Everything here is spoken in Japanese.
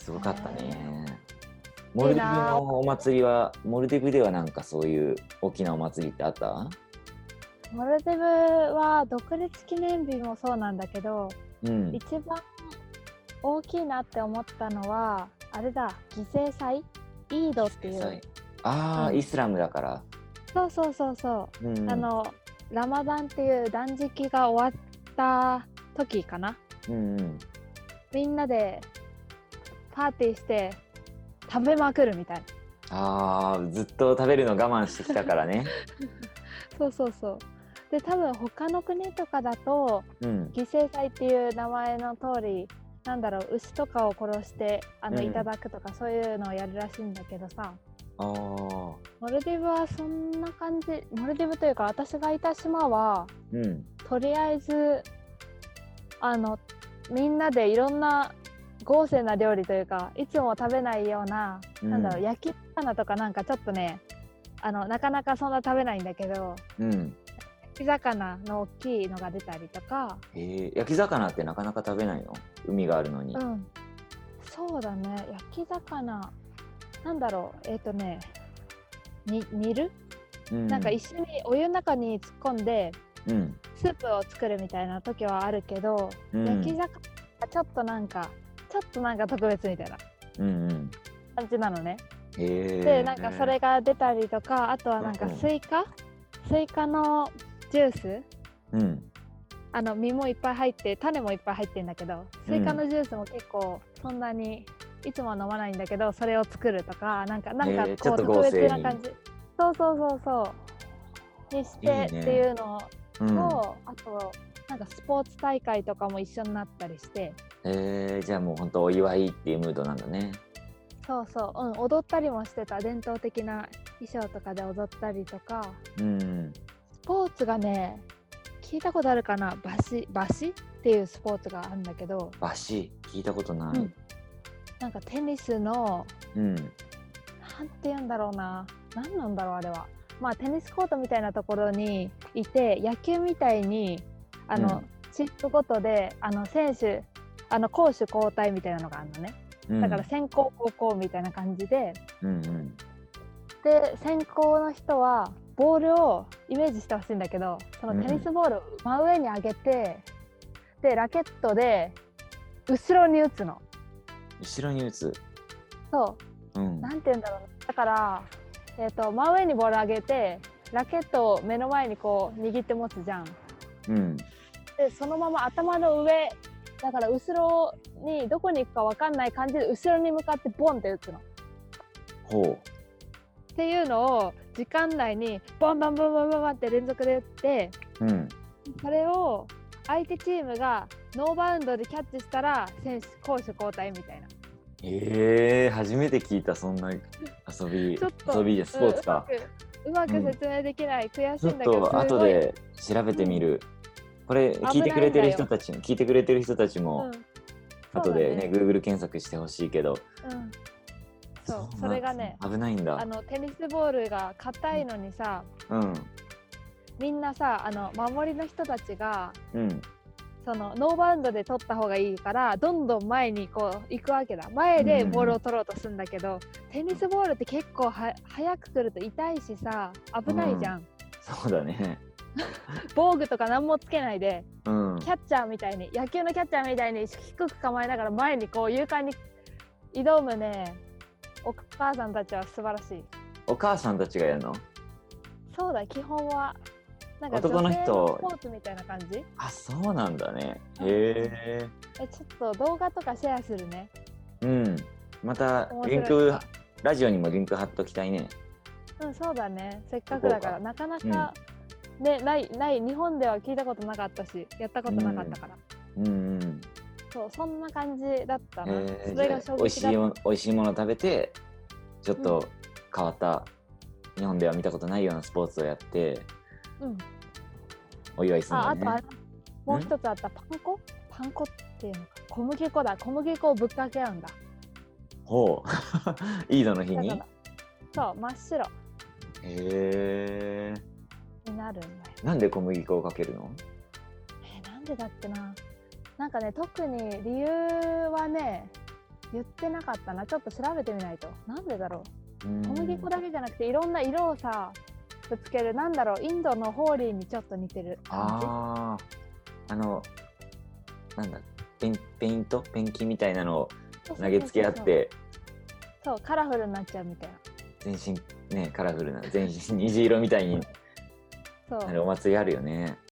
すごかったね。 いいモルディブな。 のお祭りは、モルディブではなんかそういう大きなお祭りってあった？ モルディブは独立記念日もそうなんだけど、 うん。 一番大きいなって思ったのはあれだ、犠牲祭、イードっていう。 イスラムだから。 そうそうそうそう、 うんうんラマダンっていう断食が終わった時かな。 うんうん。 みんなでパーティーして食べまくるみたいな。 ずっと食べるの我慢してきたからね。 そうそうそう。で多分他の国とかだと、 うん犠牲祭っていう名前の通り、なんだろう、牛とかを殺していただくとか、そういうのをやるらしいんだけどさ、モルディブはそんな感じ。モルディブというか私がいた島は、とりあえずみんなでいろんな豪勢な料理というか、いつも食べないような、なんだろう、焼き魚とかなんかちょっとね、なかなかそんな食べないんだけど、焼き魚の大きいのが出たりとか。 焼き魚ってなかなか食べないの？海があるのに。 そうだね、焼き魚なんだろう、煮る、なんか一緒にお湯の中に突っ込んで、スープを作るみたいな時はあるけど、焼き魚はちょっとなんか特別みたいな感じなのね。でなんかそれが出たりとか、あとはなんかスイカのジュース、実もいっぱい入って種もいっぱい入ってるんだけど、スイカのジュースも結構そんなにいつもは飲まないんだけど、それを作るとか、なんかこう特別な感じ、そうにしてっていうのと、あとなんかスポーツ大会とかも一緒になったりして。 じゃあもう本当お祝いっていうムードなんだね。 そうそう、踊ったりもしてた。伝統的な衣装とかで踊ったりとか、スポーツがね、聞いたことあるかな、バシっていうスポーツがあるんだけど。 バシ聞いたことない。 なんかテニスの、なんて言うんだろうな、何なんだろうあれは。まあテニスコートみたいなところにいて、野球みたいにチームごとで選手攻守交代みたいなのがあるのね。だから先攻後攻みたいな感じで、で先攻の人はボールをイメージしてほしいんだけど、そのテニスボールを真上に上げて、でラケットで後ろに打つの。 後ろに打つ。 そう、なんて言うんだろう。だから、真上にボール上げて、ラケットを目の前にこう握って持つじゃん。でそのまま頭の上だから、後ろにどこに行くか分かんない感じで後ろに向かってボンって打つの。っていうのを時間内にボンボンボンボンボンって連続で打って、それを相手チームがノーバウンドでキャッチしたら選手攻守交代みたいな。 初めて聞いた、そんな遊びでスポーツか。 うまく説明できない、悔しいんだけど、 ちょっと後で調べてみる。これ聞いてくれてる人たちも後でね、Google 検索してほしいけど、 それがね、 危ないんだ。 テニスボールが硬いのにさ、みんなさ、守りの人たちが、そのノーバウンドで取った方がいいからどんどん前にこう行くわけだ。前でボールを取ろうとするんだけど、テニスボールって結構早く来ると痛いしさ、危ないじゃん。 そうだね。 防具とか何もつけないで、キャッチャーみたいに、野球のキャッチャーみたいに低く構えながら前にこう勇敢に挑むね、お母さんたちは素晴らしい。お母さんたちがやるの？ そうだ、基本はなんか男の人女性のスポーツみたいな感じ。 そうなんだね。 ちょっと動画とかシェアするね。またリンク、ラジオにもリンク貼っときたいね。 そうだね、せっかくだから。なかなかね、ない日本では聞いたことなかったし、やったことなかったから。そう、そんな感じだったな。それが衝撃だった。 おいしいもの食べて、ちょっと変わった、日本では見たことないようなスポーツをやって、お祝いするんだね。 あともう一つあった。パン粉っていうのか、小麦粉だ。小麦粉をぶっかけ合うんだ。 ほうイードの日に？ そう、真っ白になるんだよ。 なんで小麦粉をかけるの？ なんでだっけな。なんかね、特に理由言ってなかったな。ちょっと調べてみないと。なんでだろう。小麦粉だけじゃなくていろんな色をさぶつける。なんだろう、インドのホーリーにちょっと似てる感じ。 なんだ、ペイントペンキみたいなのを投げつけ合って、 そうカラフルになっちゃうみたいな。 全身ねカラフルな、全身虹色みたいになるお祭りあるよね。